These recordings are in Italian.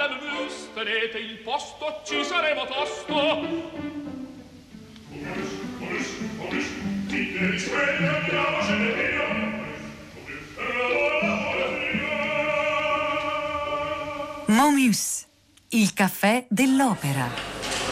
Cornemuse, tenete il posto, ci saremo tosto. Momus, il caffè dell'opera.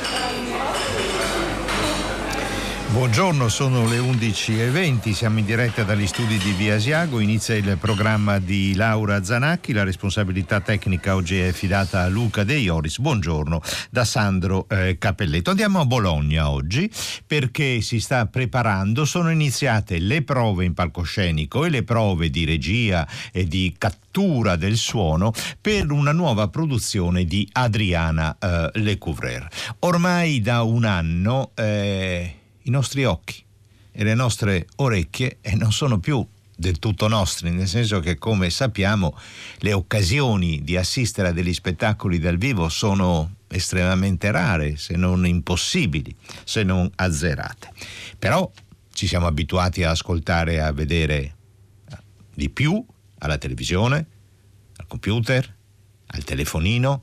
Buongiorno, sono le 11:20, siamo in diretta dagli studi di Via Asiago, inizia il programma di Laura Zanacchi, la responsabilità tecnica oggi è affidata a Luca De Ioris. Buongiorno da Sandro Cappelletto. Andiamo a Bologna oggi perché si sta preparando, sono iniziate le prove in palcoscenico e le prove di regia e di cattura del suono per una nuova produzione di Adriana Lecouvreur. Ormai da un anno i nostri occhi e le nostre orecchie non sono più del tutto nostri, nel senso che, come sappiamo, le occasioni di assistere a degli spettacoli dal vivo sono estremamente rare, se non impossibili, se non azzerate. Però ci siamo abituati a ascoltare e a vedere di più alla televisione, al computer, al telefonino.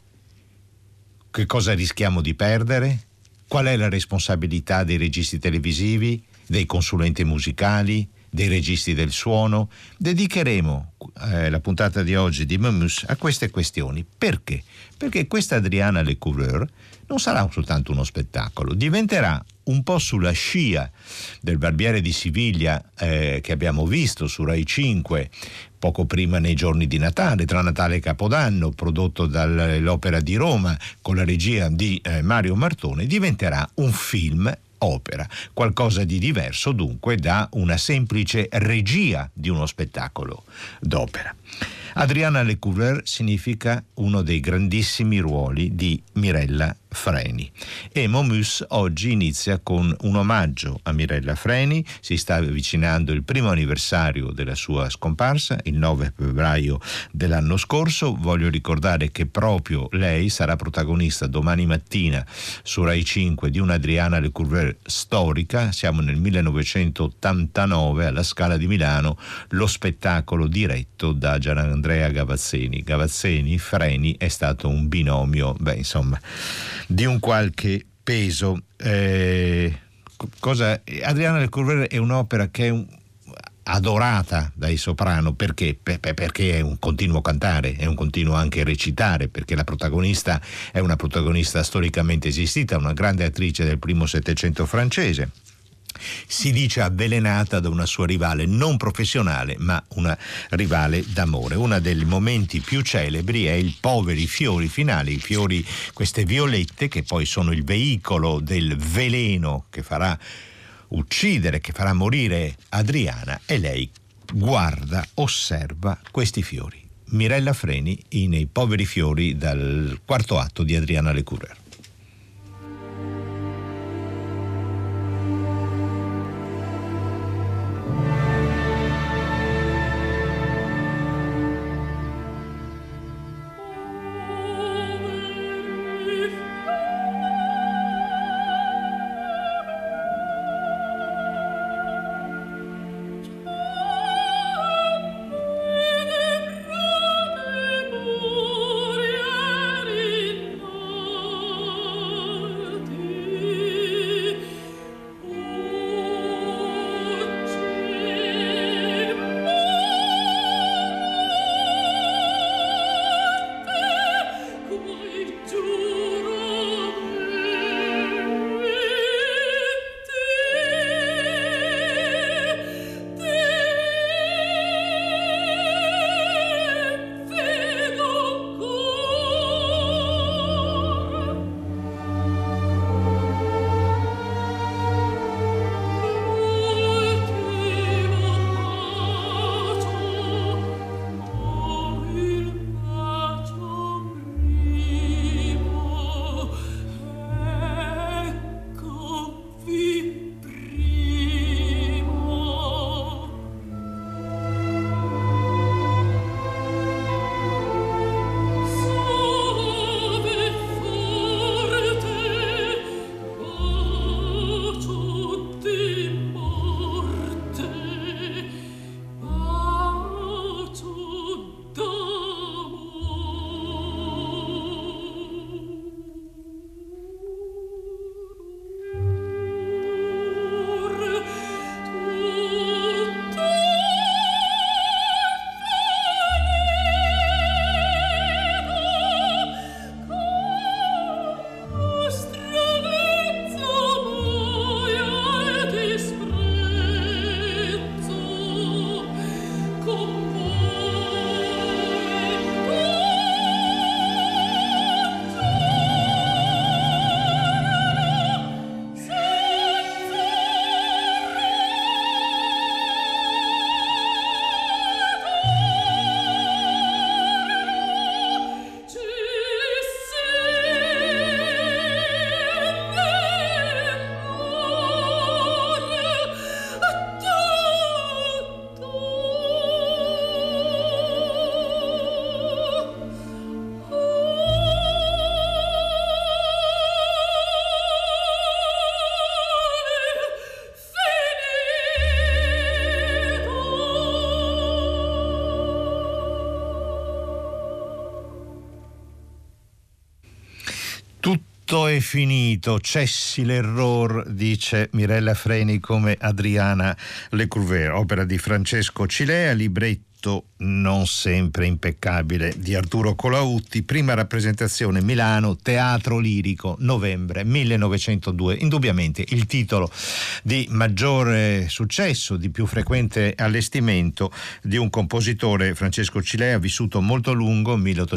Che cosa rischiamo di perdere? Qual è la responsabilità dei registi televisivi, dei consulenti musicali, dei registi del suono? Dedicheremo la puntata di oggi di Momus a queste questioni. Perché? Perché questa Adriana Lecouvreur non sarà soltanto uno spettacolo, diventerà un po' sulla scia del Barbiere di Siviglia che abbiamo visto su Rai 5 poco prima, nei giorni di Natale, tra Natale e Capodanno, prodotto dall'Opera di Roma con la regia di Mario Martone, diventerà un film opera, qualcosa di diverso dunque da una semplice regia di uno spettacolo d'opera. Adriana Lecouvreur significa uno dei grandissimi ruoli di Mirella Freni e Momus oggi inizia con un omaggio a Mirella Freni. Si sta avvicinando il primo anniversario della sua scomparsa, il 9 febbraio dell'anno scorso. Voglio ricordare che proprio lei sarà protagonista domani mattina su Rai 5 di un'Adriana Lecouvreur storica. Siamo nel 1989 alla Scala di Milano, lo spettacolo diretto da Gianandrea Gavazzeni. Gavazzeni-Freni è stato un binomio, di un qualche peso. Adriana Lecouvreur è un'opera che è adorata dai soprano. Perché? Perché è un continuo cantare, è un continuo anche recitare, perché la protagonista è una protagonista storicamente esistita, una grande attrice del primo Settecento francese. Si dice avvelenata da una sua rivale non professionale, ma una rivale d'amore. Uno dei momenti più celebri è il Poveri fiori finali, fiori, queste violette che poi sono il veicolo del veleno che farà uccidere, che farà morire Adriana, e lei guarda, osserva questi fiori. Mirella Freni nei Poveri fiori dal quarto atto di Adriana Lecouvreur. Oh Tutto è finito, cessi l'error, dice Mirella Freni come Adriana Lecouvreur, opera di Francesco Cilea, libretto non sempre impeccabile di Arturo Colautti, prima rappresentazione Milano, Teatro Lirico, novembre 1902, indubbiamente il titolo di maggiore successo, di più frequente allestimento di un compositore, Francesco Cilea, vissuto molto lungo,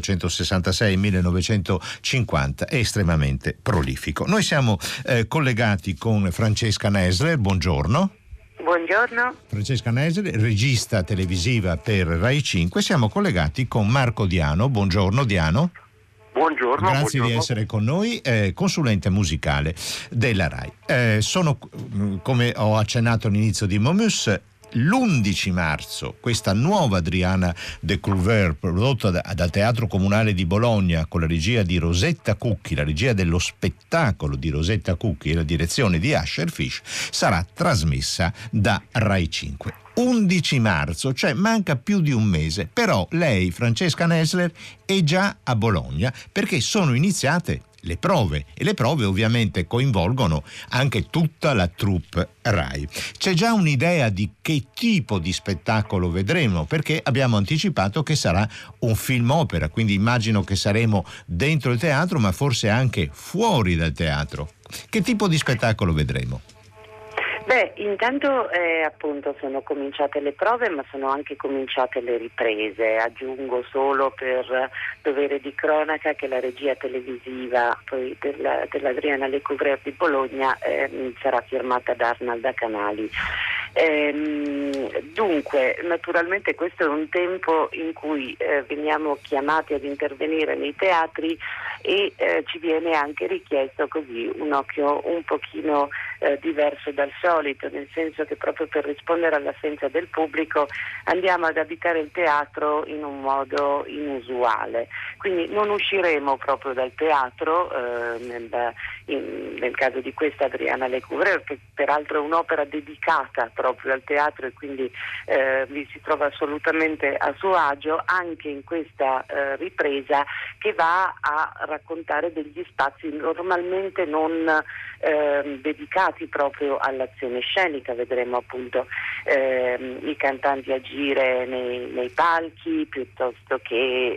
1866-1950, è estremamente prolifico. Noi siamo collegati con Francesca Nesler, buongiorno. Buongiorno. Francesca Nesler, regista televisiva per Rai 5. Siamo collegati con Marco Diano. Buongiorno Diano. Buongiorno. Grazie buongiorno. di essere con noi, consulente musicale della Rai. Sono, come ho accennato all'inizio di Momus, l'11 marzo questa nuova Adriana Lecouvreur prodotta dal Teatro Comunale di Bologna con la regia di Rosetta Cucchi, la regia dello spettacolo di Rosetta Cucchi e la direzione di Asher Fish, sarà trasmessa da Rai 5. 11 marzo, cioè manca più di un mese, però lei, Francesca Nesler, è già a Bologna perché sono iniziate le prove, e le prove ovviamente coinvolgono anche tutta la troupe Rai. C'è già un'idea di che tipo di spettacolo vedremo, perché abbiamo anticipato che sarà un film opera, quindi immagino che saremo dentro il teatro ma forse anche fuori dal teatro. Che tipo di spettacolo vedremo? Intanto appunto sono cominciate le prove, ma sono anche cominciate le riprese. Aggiungo solo per dovere di cronaca che la regia televisiva poi dell'Adriana Lecouvreur di Bologna sarà firmata da Arnalda Canali. Dunque, naturalmente questo è un tempo in cui veniamo chiamati ad intervenire nei teatri e ci viene anche richiesto così un occhio un pochino diverso dal solito, nel senso che proprio per rispondere all'assenza del pubblico andiamo ad abitare il teatro in un modo inusuale. Quindi non usciremo proprio dal teatro, nel caso di questa Adriana Lecouvreur, che peraltro è un'opera dedicata proprio al teatro e quindi vi si trova assolutamente a suo agio anche in questa ripresa, che va a raccontare degli spazi normalmente non dedicati proprio all'azione scenica. Vedremo appunto i cantanti agire nei palchi piuttosto che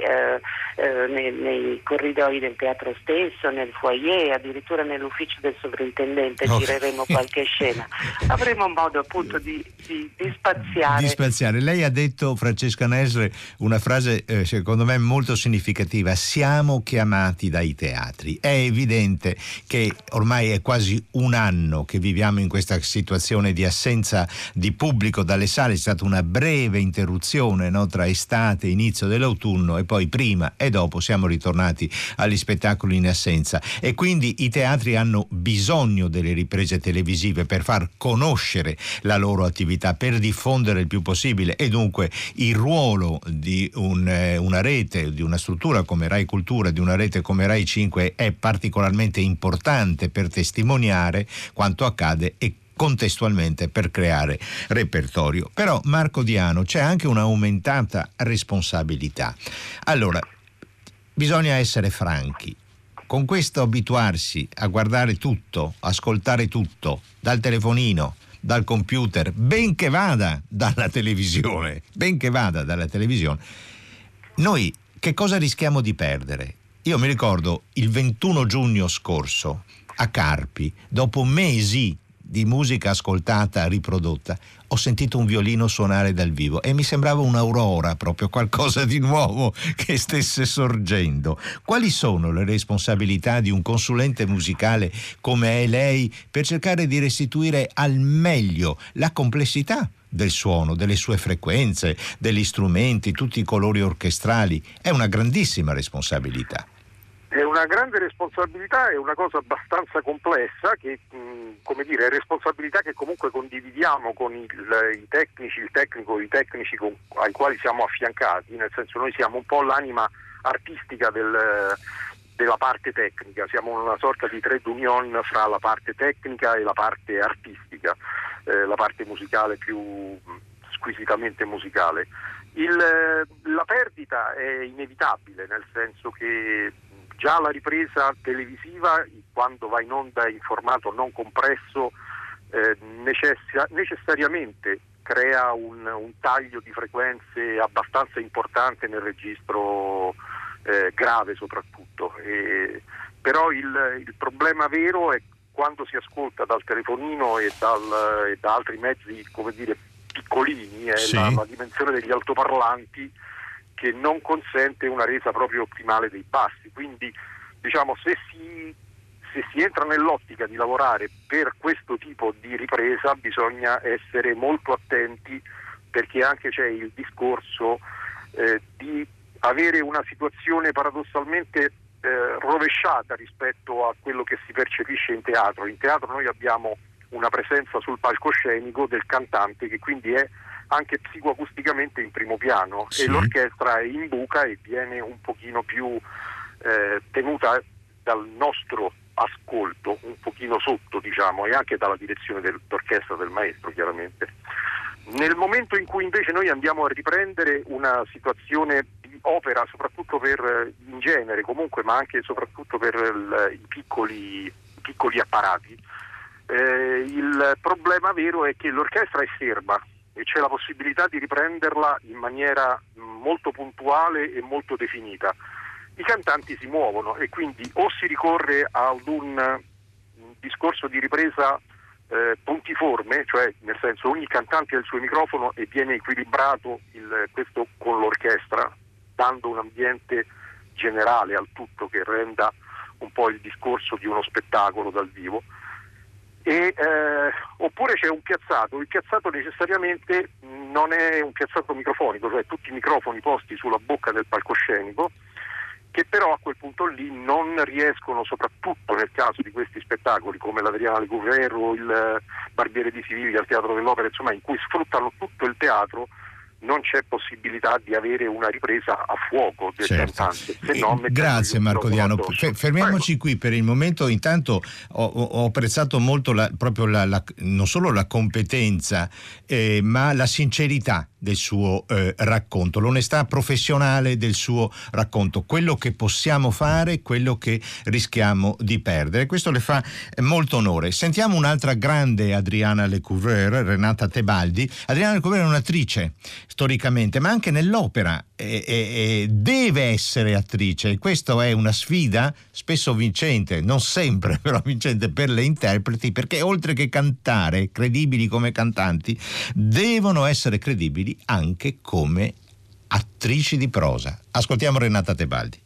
nei corridoi del teatro stesso, nel foyer, addirittura nell'ufficio del sovrintendente gireremo qualche scena. Avremo modo appunto di spaziare. Di spaziare. Lei ha detto, Francesca Nesler, una frase secondo me molto significativa: siamo chiamati dai teatri. È evidente che ormai è quasi un anno che viviamo in questa situazione di assenza di pubblico dalle sale. C'è stata una breve interruzione, no, tra estate e inizio dell'autunno, e poi prima e dopo siamo ritornati agli spettacoli in assenza, e quindi i teatri hanno bisogno delle riprese televisive per far conoscere la loro attività, per diffondere il più possibile, e dunque il ruolo di una rete, di una struttura come Rai Cultura, di una rete come Rai 5 è particolarmente importante per testimoniare quanto accade e contestualmente per creare repertorio. Però, Marco Diano, c'è anche un'aumentata responsabilità. Allora, bisogna essere franchi. Con questo abituarsi a guardare tutto, ascoltare tutto, dal telefonino, dal computer, ben che vada dalla televisione, noi che cosa rischiamo di perdere? Io mi ricordo il 21 giugno scorso a Carpi, dopo mesi di musica ascoltata, riprodotta, ho sentito un violino suonare dal vivo e mi sembrava un'aurora, proprio qualcosa di nuovo che stesse sorgendo. Quali sono le responsabilità di un consulente musicale come è lei per cercare di restituire al meglio la complessità del suono, delle sue frequenze, degli strumenti, tutti i colori orchestrali? È una grandissima responsabilità. È una grande responsabilità, è una cosa abbastanza complessa che, è responsabilità che comunque condividiamo con i tecnici ai quali siamo affiancati, nel senso noi siamo un po' l'anima artistica della parte tecnica, siamo una sorta di trade union fra la parte tecnica e la parte artistica, la parte musicale più squisitamente musicale. La perdita è inevitabile, nel senso che già la ripresa televisiva quando va in onda in formato non compresso necessariamente crea un taglio di frequenze abbastanza importante nel registro grave soprattutto. Però il problema vero è quando si ascolta dal telefonino e da altri mezzi, come dire, piccolini, è sì. la dimensione degli altoparlanti che non consente una resa proprio ottimale dei bassi. Quindi diciamo, se si entra nell'ottica di lavorare per questo tipo di ripresa bisogna essere molto attenti, perché anche c'è il discorso di avere una situazione paradossalmente rovesciata rispetto a quello che si percepisce in teatro. In teatro noi abbiamo una presenza sul palcoscenico del cantante, che quindi è anche psicoacusticamente in primo piano, sì. E l'orchestra è in buca e viene un pochino più tenuta dal nostro ascolto un pochino sotto, diciamo, e anche dalla direzione d'orchestra del maestro, chiaramente. Nel momento in cui invece noi andiamo a riprendere una situazione di opera, soprattutto in genere comunque, ma anche e soprattutto per i piccoli apparati, il problema vero è che l'orchestra è ferma e c'è la possibilità di riprenderla in maniera molto puntuale e molto definita. I cantanti si muovono e quindi o si ricorre ad un discorso di ripresa puntiforme, cioè nel senso ogni cantante ha il suo microfono e viene equilibrato questo con l'orchestra, dando un ambiente generale al tutto che renda un po' il discorso di uno spettacolo dal vivo. Oppure c'è un piazzato. Il piazzato necessariamente non è un piazzato microfonico, cioè tutti i microfoni posti sulla bocca del palcoscenico, che però a quel punto lì non riescono, soprattutto nel caso di questi spettacoli come l'Adriana Lecouvreur o il Barbiere di Siviglia al Teatro dell'Opera, insomma, in cui sfruttano tutto il teatro, non c'è possibilità di avere una ripresa a fuoco del cantante. Se no, grazie Marco Diano. Fermiamoci qui per il momento. Intanto ho apprezzato molto non solo la competenza ma la sincerità del suo racconto, l'onestà professionale del suo racconto, quello che possiamo fare, quello che rischiamo di perdere. Questo le fa molto onore. Sentiamo un'altra grande Adriana Lecouvreur, Renata Tebaldi. Adriana Lecouvreur è un'attrice storicamente, ma anche nell'opera deve essere attrice, e questa è una sfida spesso vincente, non sempre però vincente per le interpreti, perché oltre che cantare credibili come cantanti devono essere credibili anche come attrici di prosa. Ascoltiamo Renata Tebaldi.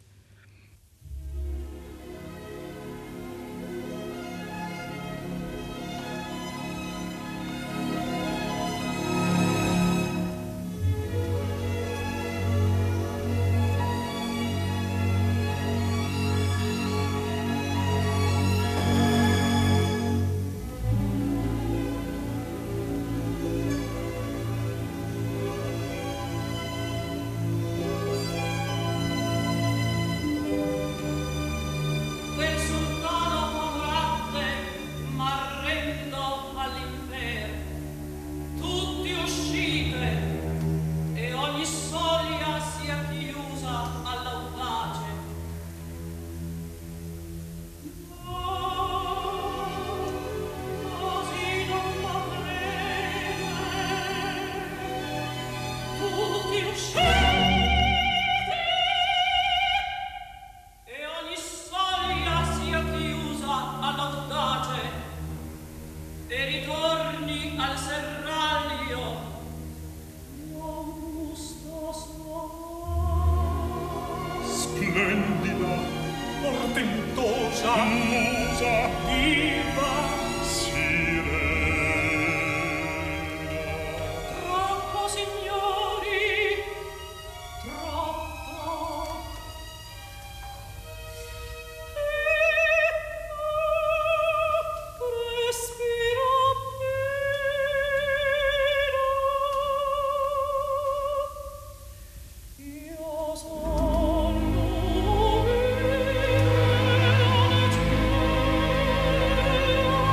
Oh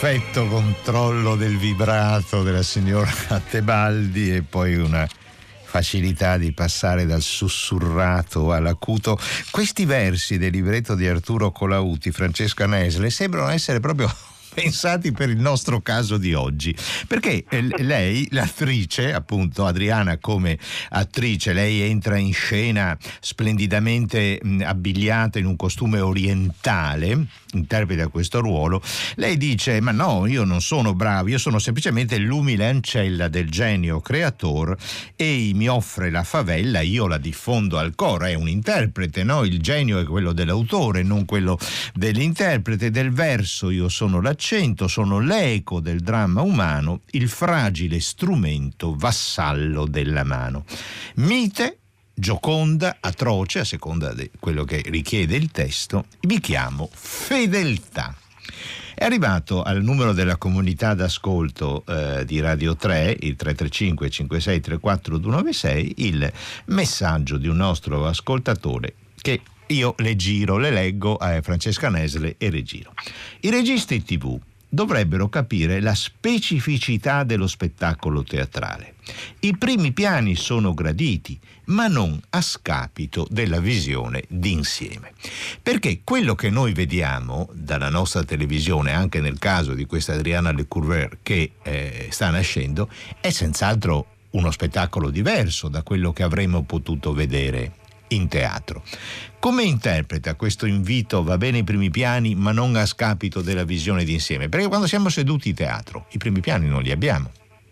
perfetto controllo del vibrato della signora Tebaldi e poi una facilità di passare dal sussurrato all'acuto. Questi versi del libretto di Arturo Colautti, Francesca Nesle, sembrano essere proprio pensati per il nostro caso di oggi, perché lei, l'attrice, appunto Adriana come attrice, lei entra in scena splendidamente abbigliata in un costume orientale, interpreta questo ruolo. Lei dice: ma no, io non sono bravo, io sono semplicemente l'umile ancella del genio creator e mi offre la favella, io la diffondo al coro. È un interprete, no? Il genio è quello dell'autore, non quello dell'interprete. Del verso io sono l'accento, sono l'eco del dramma umano, il fragile strumento vassallo della mano. Mite, gioconda, atroce, a seconda di quello che richiede il testo, vi chiamo fedeltà. È arrivato al numero della comunità d'ascolto di Radio 3, il 335 5634 296, il messaggio di un nostro ascoltatore che io le leggo a Francesca Nesle e rigiro. I registi TV dovrebbero capire la specificità dello spettacolo teatrale. I primi piani sono graditi, ma non a scapito della visione d'insieme. Perché quello che noi vediamo dalla nostra televisione, anche nel caso di questa Adriana Lecouvreur che sta nascendo, è senz'altro uno spettacolo diverso da quello che avremmo potuto vedere in teatro. Come interpreta questo invito, va bene i primi piani ma non a scapito della visione d'insieme? Perché quando siamo seduti in teatro i primi piani non li abbiamo.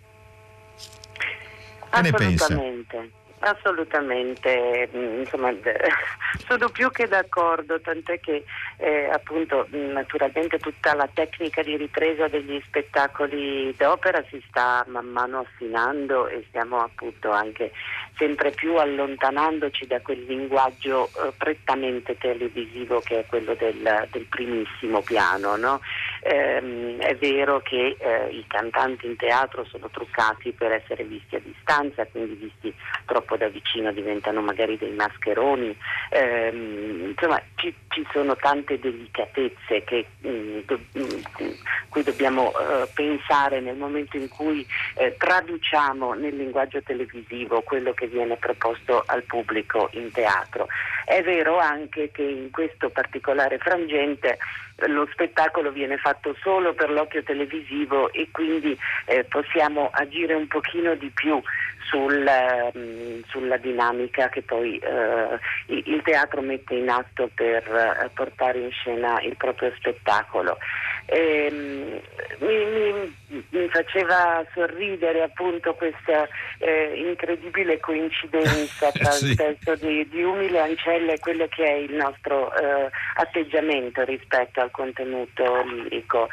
Che ne pensa? Assolutamente, insomma sono più che d'accordo, tant'è che appunto naturalmente tutta la tecnica di ripresa degli spettacoli d'opera si sta man mano affinando e stiamo appunto anche sempre più allontanandoci da quel linguaggio prettamente televisivo che è quello del primissimo piano, no? È vero che i cantanti in teatro sono truccati per essere visti a distanza, quindi visti troppo da vicino diventano magari dei mascheroni, insomma ci sono tante delicatezze che cui dobbiamo pensare nel momento in cui traduciamo nel linguaggio televisivo quello che viene proposto al pubblico in teatro. È vero anche che in questo particolare frangente lo spettacolo viene fatto solo per l'occhio televisivo e quindi possiamo agire un pochino di più sulla dinamica che poi il teatro mette in atto per portare in scena il proprio spettacolo. Mi faceva sorridere appunto questa incredibile coincidenza tra il testo di Umile Ancella e quello che è il nostro atteggiamento rispetto al contenuto lirico.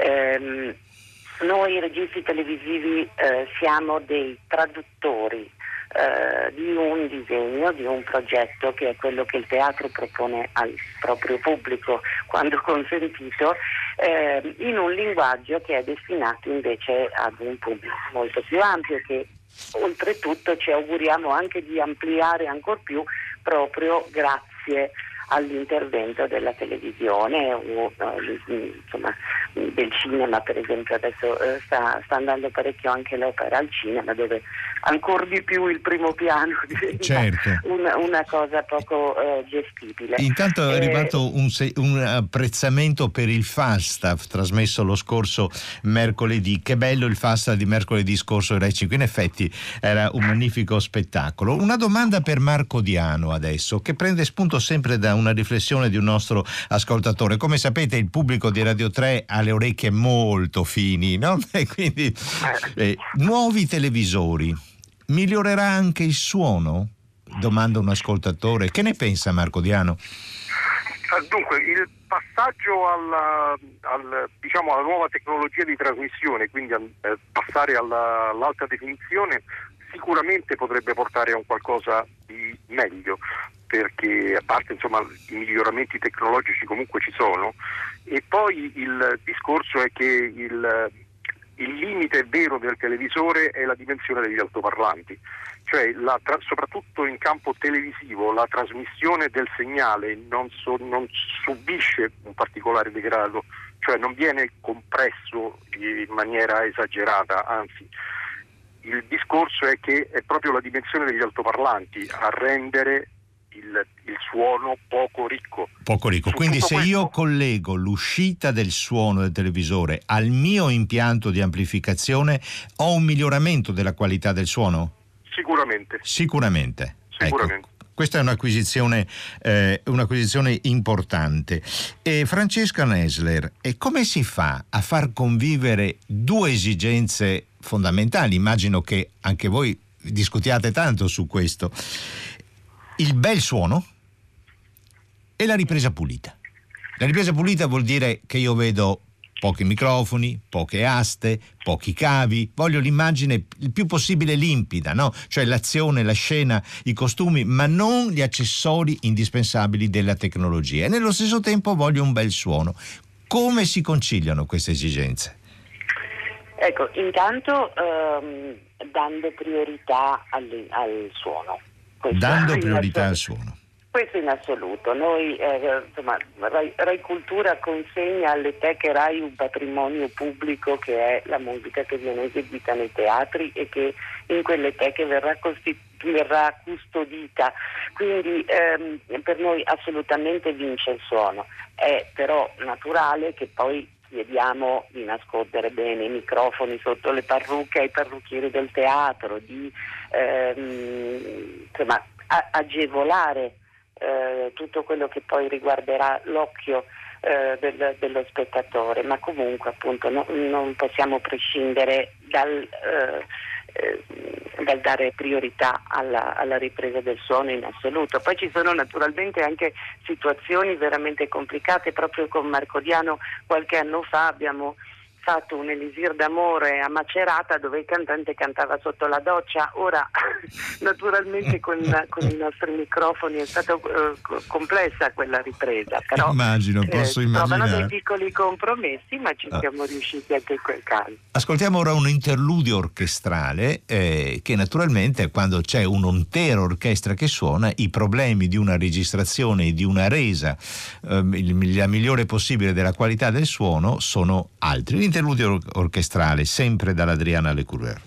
Noi registi televisivi siamo dei traduttori di un disegno, di un progetto che è quello che il teatro propone al proprio pubblico quando consentito, in un linguaggio che è destinato invece ad un pubblico molto più ampio, che oltretutto ci auguriamo anche di ampliare ancor più proprio grazie all'intervento della televisione o insomma del cinema. Per esempio adesso sta andando parecchio anche l'opera al cinema, dove ancor di più il primo piano diventa una cosa poco gestibile. Intanto è arrivato un apprezzamento per il Falstaff trasmesso lo scorso mercoledì. Che bello il Falstaff di mercoledì scorso, Rai 5. In effetti era un magnifico spettacolo. Una domanda per Marco Diano adesso, che prende spunto sempre da una riflessione di un nostro ascoltatore. Come sapete il pubblico di Radio 3 ha le orecchie molto fini, no? E quindi nuovi televisori, migliorerà anche il suono? Domanda un ascoltatore. Che ne pensa Marco Diano? Dunque, il passaggio alla nuova tecnologia di trasmissione, quindi passare all'alta definizione, sicuramente potrebbe portare a un qualcosa di meglio, perché a parte insomma i miglioramenti tecnologici comunque ci sono, e poi il discorso è che il limite vero del televisore è la dimensione degli altoparlanti, cioè soprattutto in campo televisivo la trasmissione del segnale non subisce un particolare degrado, cioè non viene compresso in maniera esagerata, anzi il discorso è che è proprio la dimensione degli altoparlanti a rendere il suono poco ricco. Poco ricco. Quindi se io collego l'uscita del suono del televisore al mio impianto di amplificazione, ho un miglioramento della qualità del suono? Sicuramente. Ecco, questa è un'acquisizione importante. E Francesca Nesler, e come si fa a far convivere due esigenze fondamentali? Immagino che anche voi discutiate tanto su questo. Il bel suono e la ripresa pulita. La ripresa pulita vuol dire che io vedo pochi microfoni, poche aste, pochi cavi, voglio l'immagine il più possibile limpida, no? Cioè l'azione, la scena, i costumi, ma non gli accessori indispensabili della tecnologia. E nello stesso tempo voglio un bel suono. Come si conciliano queste esigenze? Ecco, intanto dando priorità al suono. Dando priorità al suono. Questo in assoluto. Noi, Rai Cultura consegna alle teche Rai un patrimonio pubblico che è la musica che viene eseguita nei teatri e che in quelle teche verrà custodita. Quindi per noi assolutamente vince il suono. È però naturale che poi chiediamo di nascondere bene i microfoni sotto le parrucche ai parrucchieri del teatro, di agevolare tutto quello che poi riguarderà l'occhio dello spettatore, ma comunque appunto non possiamo prescindere dal dare priorità alla ripresa del suono in assoluto. Poi ci sono naturalmente anche situazioni veramente complicate. Proprio con Marco Diano qualche anno fa abbiamo fatto un elisir d'amore a Macerata dove il cantante cantava sotto la doccia. Ora naturalmente con i nostri microfoni è stata complessa quella ripresa, però posso immaginare. Trovano dei piccoli compromessi, ma ci siamo riusciti anche in quel caso. Ascoltiamo ora un interludio orchestrale che naturalmente quando c'è un'intera orchestra che suona, i problemi di una registrazione e di una resa la migliore possibile della qualità del suono sono altri. L'interludio orchestrale sempre dall'Adriana Lecouvreur.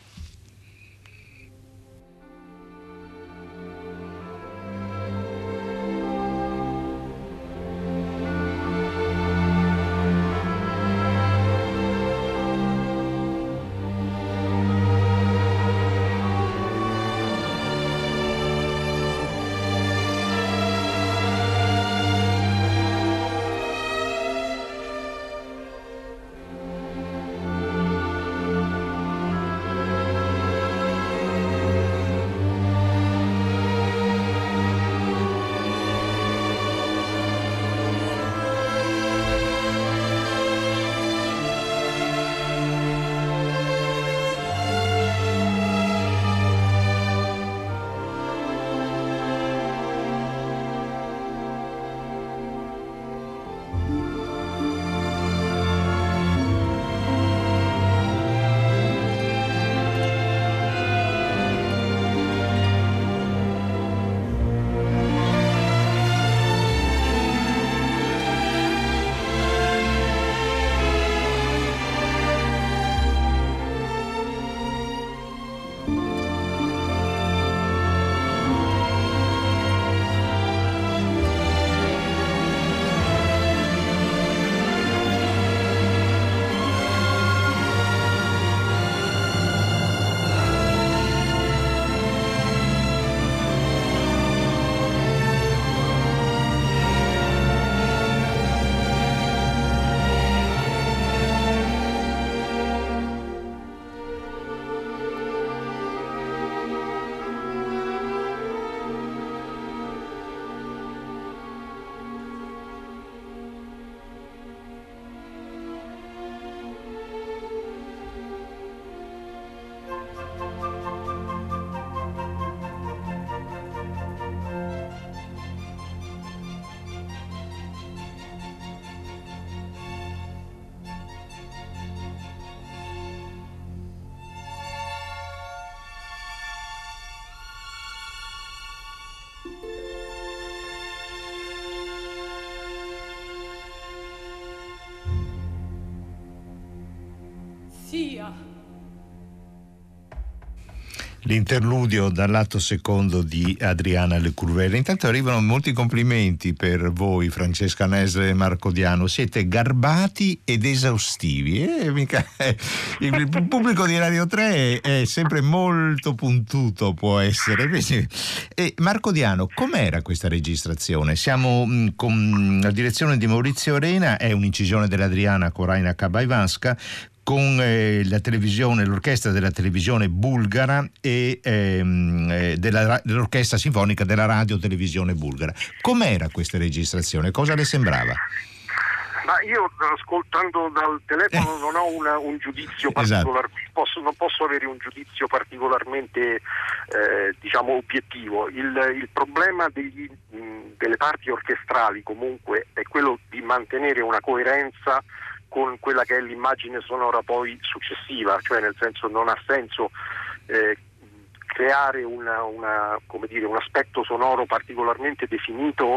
L'interludio dal lato secondo di Adriana Lecouvreur. Intanto arrivano molti complimenti per voi, Francesca Nesle e Marco Diano. Siete garbati ed esaustivi. Il pubblico di Radio 3 è sempre molto puntuto, può essere. E Marco Diano, com'era questa registrazione? Siamo con la direzione di Maurizio Rena, è un'incisione dell'Adriana Koraina Kabaivanska, con la televisione, l'orchestra della televisione bulgara e dell'orchestra sinfonica della radio televisione bulgara. Com'era questa registrazione? Cosa le sembrava? Ma io, ascoltando dal telefono, non ho un giudizio particolare, esatto. Non posso avere un giudizio particolarmente obiettivo. Il problema delle parti orchestrali comunque è quello di mantenere una coerenza con quella che è l'immagine sonora poi successiva, cioè nel senso non ha senso creare un aspetto sonoro particolarmente definito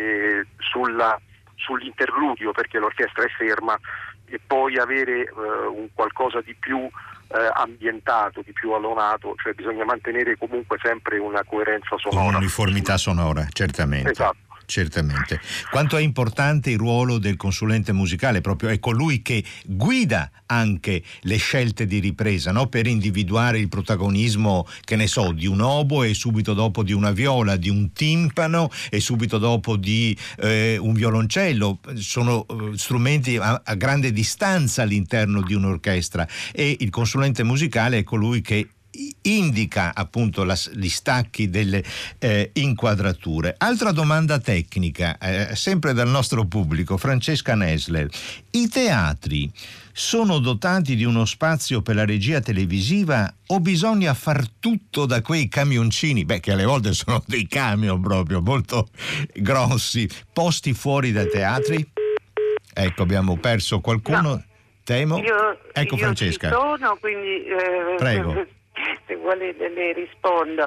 sull'interludio, perché l'orchestra è ferma, e poi avere un qualcosa di più ambientato, di più allonato, cioè bisogna mantenere comunque sempre una coerenza sonora. Un'uniformità sonora, certamente. Esatto. Certamente. Quanto è importante il ruolo del consulente musicale, proprio è colui che guida anche le scelte di ripresa, no? Per individuare il protagonismo, che ne so, di un oboe e subito dopo di una viola, di un timpano e subito dopo di un violoncello. Sono strumenti a grande distanza all'interno di un'orchestra, e il consulente musicale è colui che indica appunto gli stacchi delle inquadrature. Altra domanda tecnica, sempre dal nostro pubblico, Francesca Nesle. I teatri sono dotati di uno spazio per la regia televisiva o bisogna far tutto da quei camioncini, che alle volte sono dei camion proprio molto grossi, posti fuori dai teatri? Ecco, abbiamo perso qualcuno, no. Temo. Ecco, Francesca. Io ci sono, quindi prego. Se vuole le rispondo.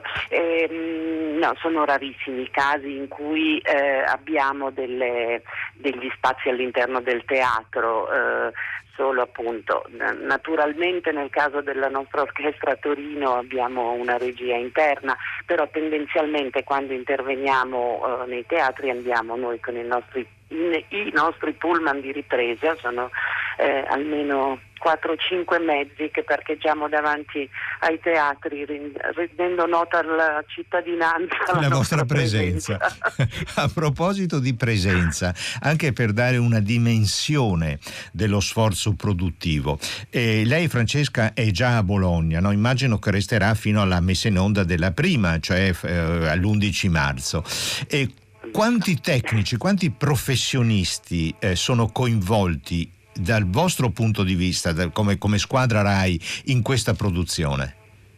No, sono rarissimi i casi in cui abbiamo degli spazi all'interno del teatro, solo appunto. Naturalmente nel caso della nostra orchestra a Torino abbiamo una regia interna, però tendenzialmente quando interveniamo nei teatri andiamo noi con i nostri pullman di ripresa, sono almeno 4-5 mezzi che parcheggiamo davanti ai teatri, rendendo nota alla cittadinanza la vostra presenza. A proposito di presenza, anche per dare una dimensione dello sforzo produttivo, lei, Francesca, è già a Bologna, no? Immagino che resterà fino alla messa in onda della prima, cioè all'11 marzo. E quanti tecnici, quanti professionisti sono coinvolti dal vostro punto di vista, come squadra RAI, in questa produzione?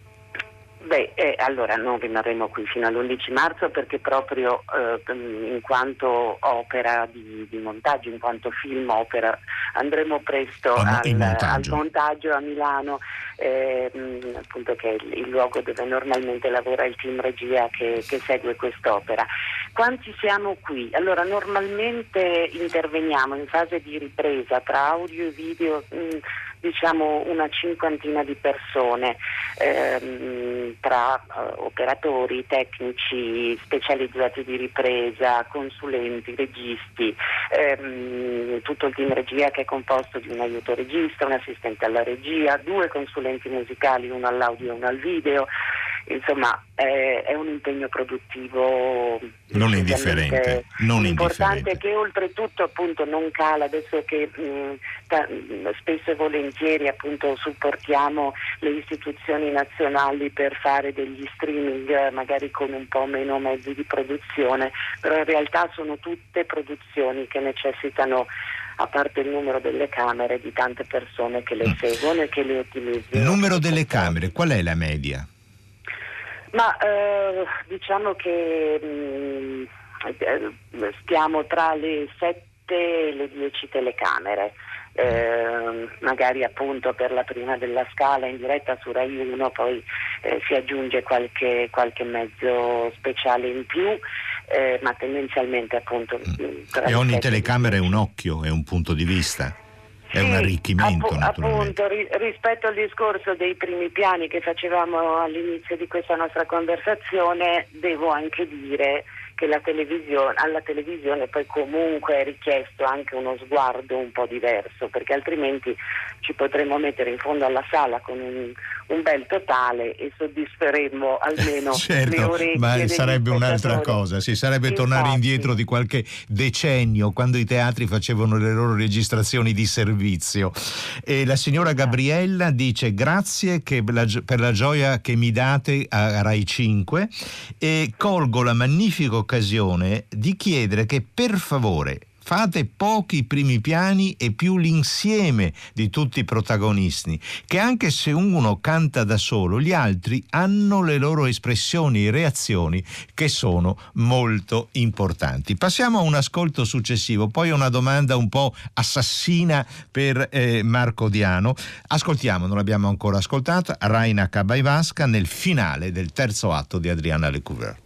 Allora non rimarremo qui fino all'11 marzo perché proprio in quanto opera di montaggio, in quanto film opera, andremo presto al montaggio a Milano, appunto, che è il luogo dove normalmente lavora il team regia che segue quest'opera. Quanti siamo qui? Allora normalmente interveniamo in fase di ripresa tra audio e video, diciamo una cinquantina di persone, tra operatori, tecnici specializzati di ripresa, consulenti, registi, tutto il team regia che è composto di un aiuto regista, un assistente alla regia, 2 consulenti musicali, uno all'audio e uno al video. Insomma, è un impegno produttivo non indifferente, importante, che oltretutto appunto non cala. Adesso che spesso e volentieri appunto supportiamo le istituzioni nazionali per fare degli streaming magari con un po' meno mezzi di produzione, però in realtà sono tutte produzioni che necessitano, a parte il numero delle camere, di tante persone che le seguono e che le utilizzano. Il numero delle camere, qual è la media? Ma diciamo che stiamo tra le 7 e le 10 telecamere, magari appunto per la prima della Scala in diretta su Rai 1, poi si aggiunge qualche mezzo speciale in più, ma tendenzialmente appunto e ogni telecamera è un occhio, è un punto di vista. è un arricchimento naturalmente. Appunto, rispetto al discorso dei primi piani che facevamo all'inizio di questa nostra conversazione, devo anche dire che alla televisione poi comunque è richiesto anche uno sguardo un po' diverso, perché altrimenti ci potremmo mettere in fondo alla sala con un bel totale e soddisferemmo almeno certo, le orecchie ma sarebbe un'altra cosa, sarebbe tornare indietro di qualche decennio, quando i teatri facevano le loro registrazioni di servizio. E la signora Gabriella dice: grazie per la gioia che mi date a Rai 5, e colgo la magnifica occasione di chiedere che per favore fate pochi primi piani e più l'insieme di tutti i protagonisti, che anche se uno canta da solo, gli altri hanno le loro espressioni e reazioni che sono molto importanti. Passiamo a un ascolto successivo, poi una domanda un po' assassina per Marco Diano. Ascoltiamo, non l'abbiamo ancora ascoltata, Raina Kabaivasca nel finale del terzo atto di Adriana Lecouvreur.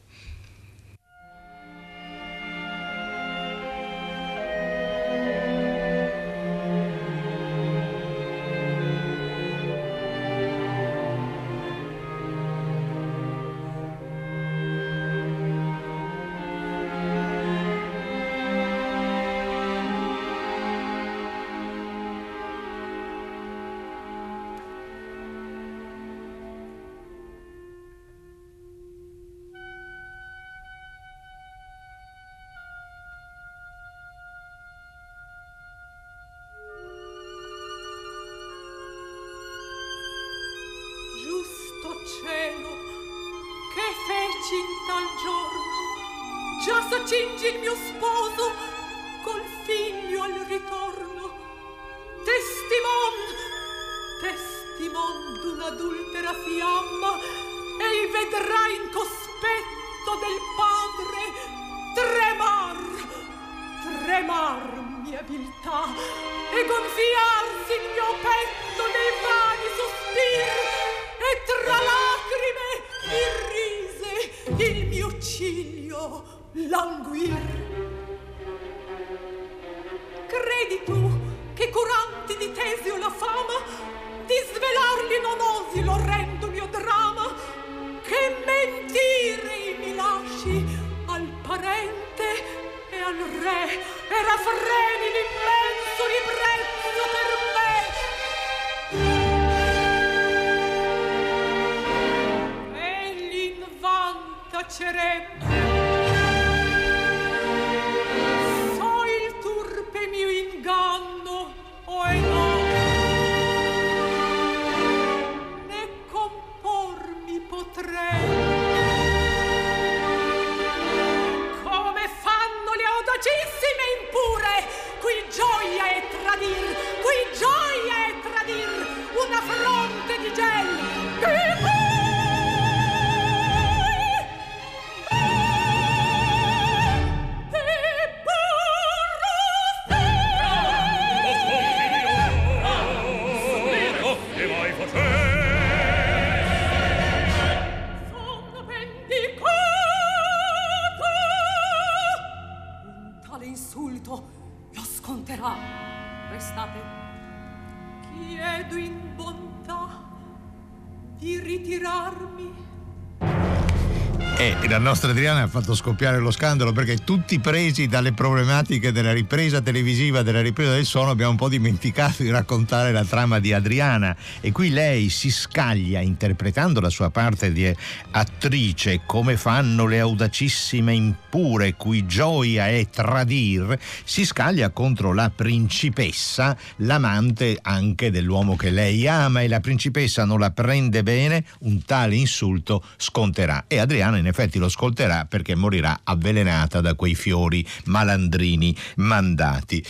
La nostra Adriana ha fatto scoppiare lo scandalo, perché tutti presi dalle problematiche della ripresa televisiva, della ripresa del suono, abbiamo un po' dimenticato di raccontare la trama di Adriana, e qui lei si scaglia interpretando la sua parte di attrice, come fanno le audacissime impure cui gioia è tradir, si scaglia contro la principessa, l'amante anche dell'uomo che lei ama, e la principessa non la prende bene, un tale insulto sconterà, e Adriana in effetti lo scolterà, perché morirà avvelenata da quei fiori malandrini mandati.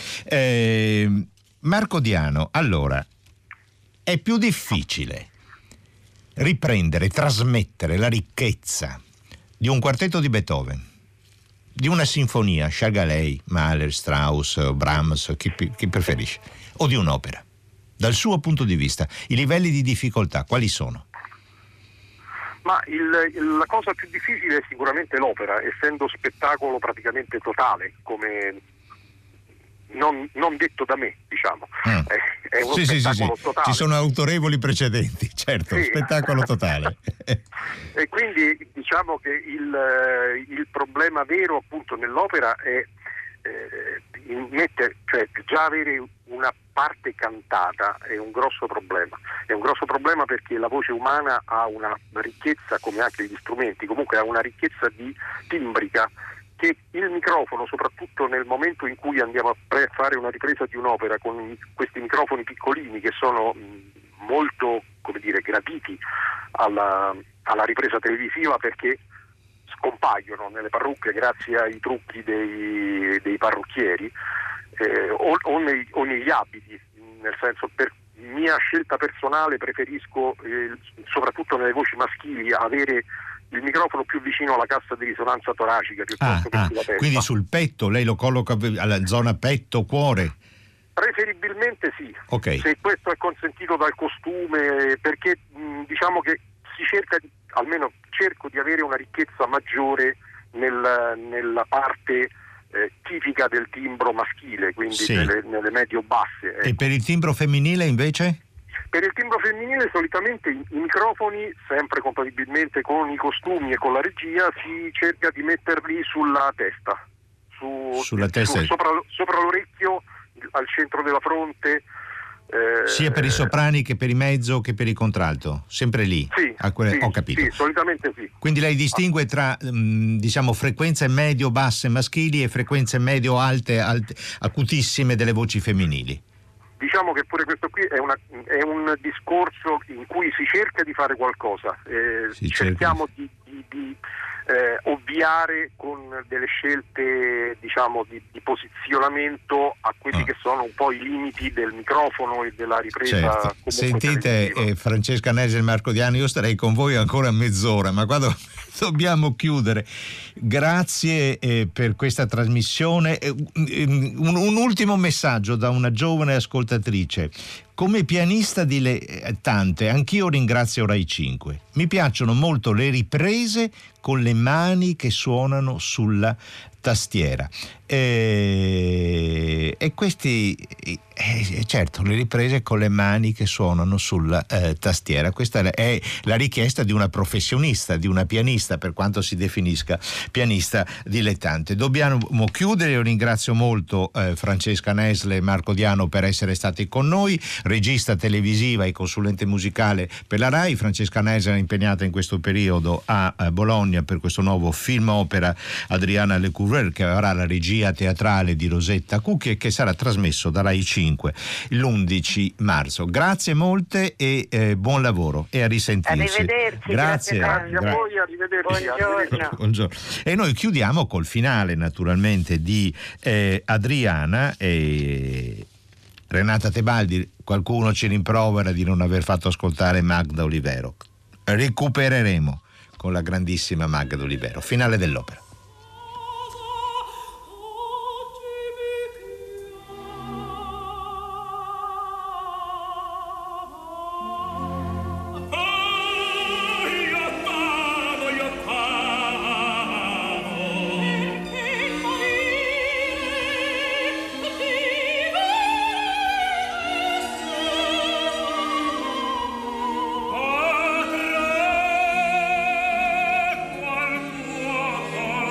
Marco Diano, allora, è più difficile riprendere, trasmettere la ricchezza di un quartetto di Beethoven, di una sinfonia, scelga lei, Mahler, Strauss, Brahms, chi preferisce, o di un'opera? Dal suo punto di vista, i livelli di difficoltà quali sono? Ma la cosa più difficile è sicuramente l'opera, essendo spettacolo praticamente totale, come non detto da me, diciamo. È uno spettacolo totale. Ci sono autorevoli precedenti, certo, sì. Spettacolo totale. E quindi diciamo che il problema vero appunto nell'opera è cioè già avere una parte cantata è un grosso problema. È un grosso problema perché la voce umana ha una ricchezza, come anche gli strumenti, comunque ha una ricchezza di timbrica che il microfono, soprattutto nel momento in cui andiamo a fare una ripresa di un'opera con questi microfoni piccolini che sono molto, come dire, graditi alla ripresa televisiva, perché scompaiono nelle parrucche grazie ai trucchi dei parrucchieri o negli abiti, nel senso, per mia scelta personale preferisco soprattutto nelle voci maschili avere il microfono più vicino alla cassa di risonanza toracica piuttosto che sulla testa. Quindi sul petto, lei lo colloca alla zona petto, cuore? Preferibilmente sì, okay. Se questo è consentito dal costume, perché diciamo che si cerca almeno cerco di avere una ricchezza maggiore nella parte tipica del timbro maschile, quindi sì. nelle medio-basse. Ecco. E per il timbro femminile invece? Per il timbro femminile solitamente i microfoni, sempre compatibilmente con i costumi e con la regia, si cerca di metterli sulla testa, sopra l'orecchio, al centro della fronte. Sia per i soprani che per i mezzo che per il contralto, sempre lì. Sì, ho capito. Sì, solitamente sì. Quindi lei distingue tra diciamo frequenze medio-basse maschili e frequenze medio-alte acutissime delle voci femminili. Diciamo che pure questo qui è un discorso in cui si cerca di fare qualcosa, cerchiamo di ovviare con delle scelte, diciamo, di posizionamento a quelli che sono un po' i limiti del microfono e della ripresa. Certo. Sentite, Francesca Nesle e Marco Diano, io starei con voi ancora mezz'ora, ma quando dobbiamo chiudere. Grazie per questa trasmissione. Un ultimo messaggio da una giovane ascoltatrice. Come pianista dilettante, anch'io ringrazio Rai 5. Mi piacciono molto le riprese con le mani che suonano sulla tastiera. E questi, certo, le riprese con le mani che suonano sulla tastiera. Questa è la richiesta di una professionista, di una pianista, per quanto si definisca pianista dilettante. Dobbiamo chiudere. Io ringrazio molto Francesca Nesle e Marco Diano per essere stati con noi, regista televisiva e consulente musicale per la Rai. Francesca Nesle è impegnata in questo periodo a Bologna per questo nuovo film opera Adriana Lecouvreur, che avrà la regia teatrale di Rosetta Cucchi e che sarà trasmesso da Rai 5 l'11 marzo. Grazie molte e buon lavoro e a risentirci. Arrivederci. Grazie a voi, arrivederci. Buongiorno. E noi chiudiamo col finale naturalmente di Adriana e Renata Tebaldi. Qualcuno ci rimprovera di non aver fatto ascoltare Magda Olivero. Recupereremo con la grandissima Magda Olivero. Finale dell'opera. Qual tuo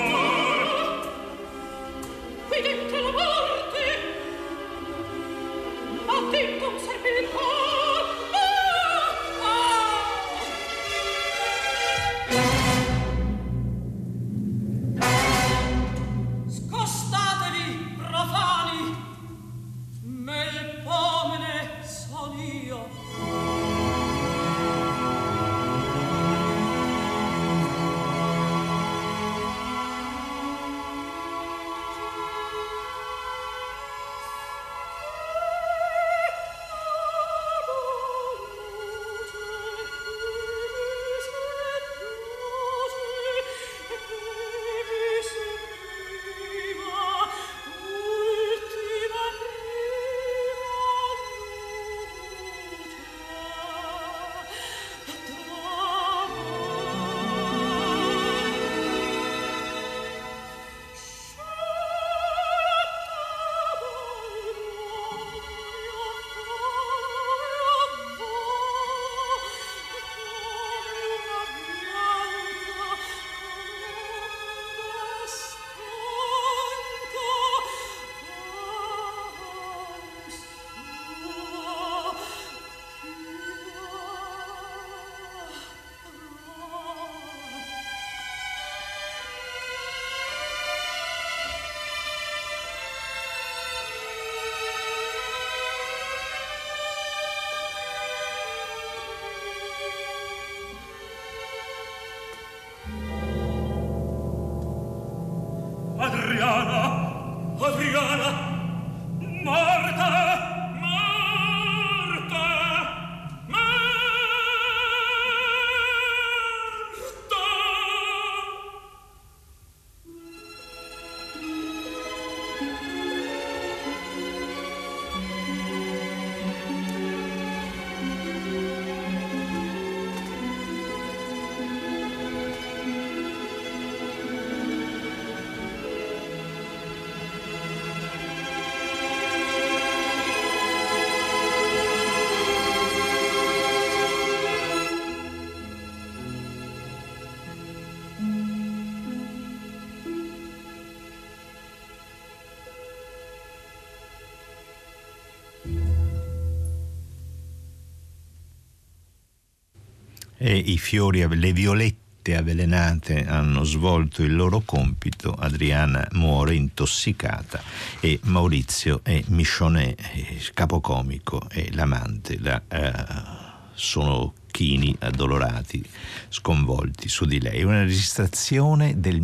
E i fiori, le violette avvelenate hanno svolto il loro compito. Adriana muore intossicata e Maurizio e Michonnet, capocomico, e l'amante sono chini, addolorati, sconvolti su di lei. Una registrazione del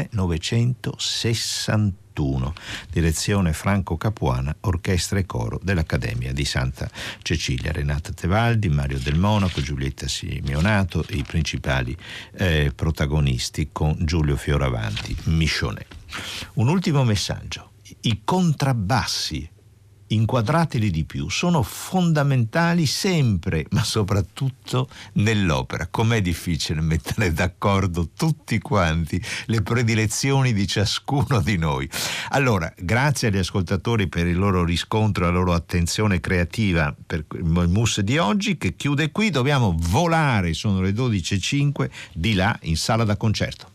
1961, direzione Franco Capuana, orchestra e coro dell'Accademia di Santa Cecilia. Renata Tebaldi, Mario Del Monaco, Giulietta Simeonato, i principali protagonisti, con Giulio Fioravanti, Michonnet. Un ultimo messaggio: i contrabbassi, inquadrateli di più, sono fondamentali sempre, ma soprattutto nell'opera. Com'è difficile mettere d'accordo tutti quanti le predilezioni di ciascuno di noi. Allora, grazie agli ascoltatori per il loro riscontro, la loro attenzione creativa per il Mus di oggi, che chiude qui. Dobbiamo volare, sono le 12:05, di là in sala da concerto.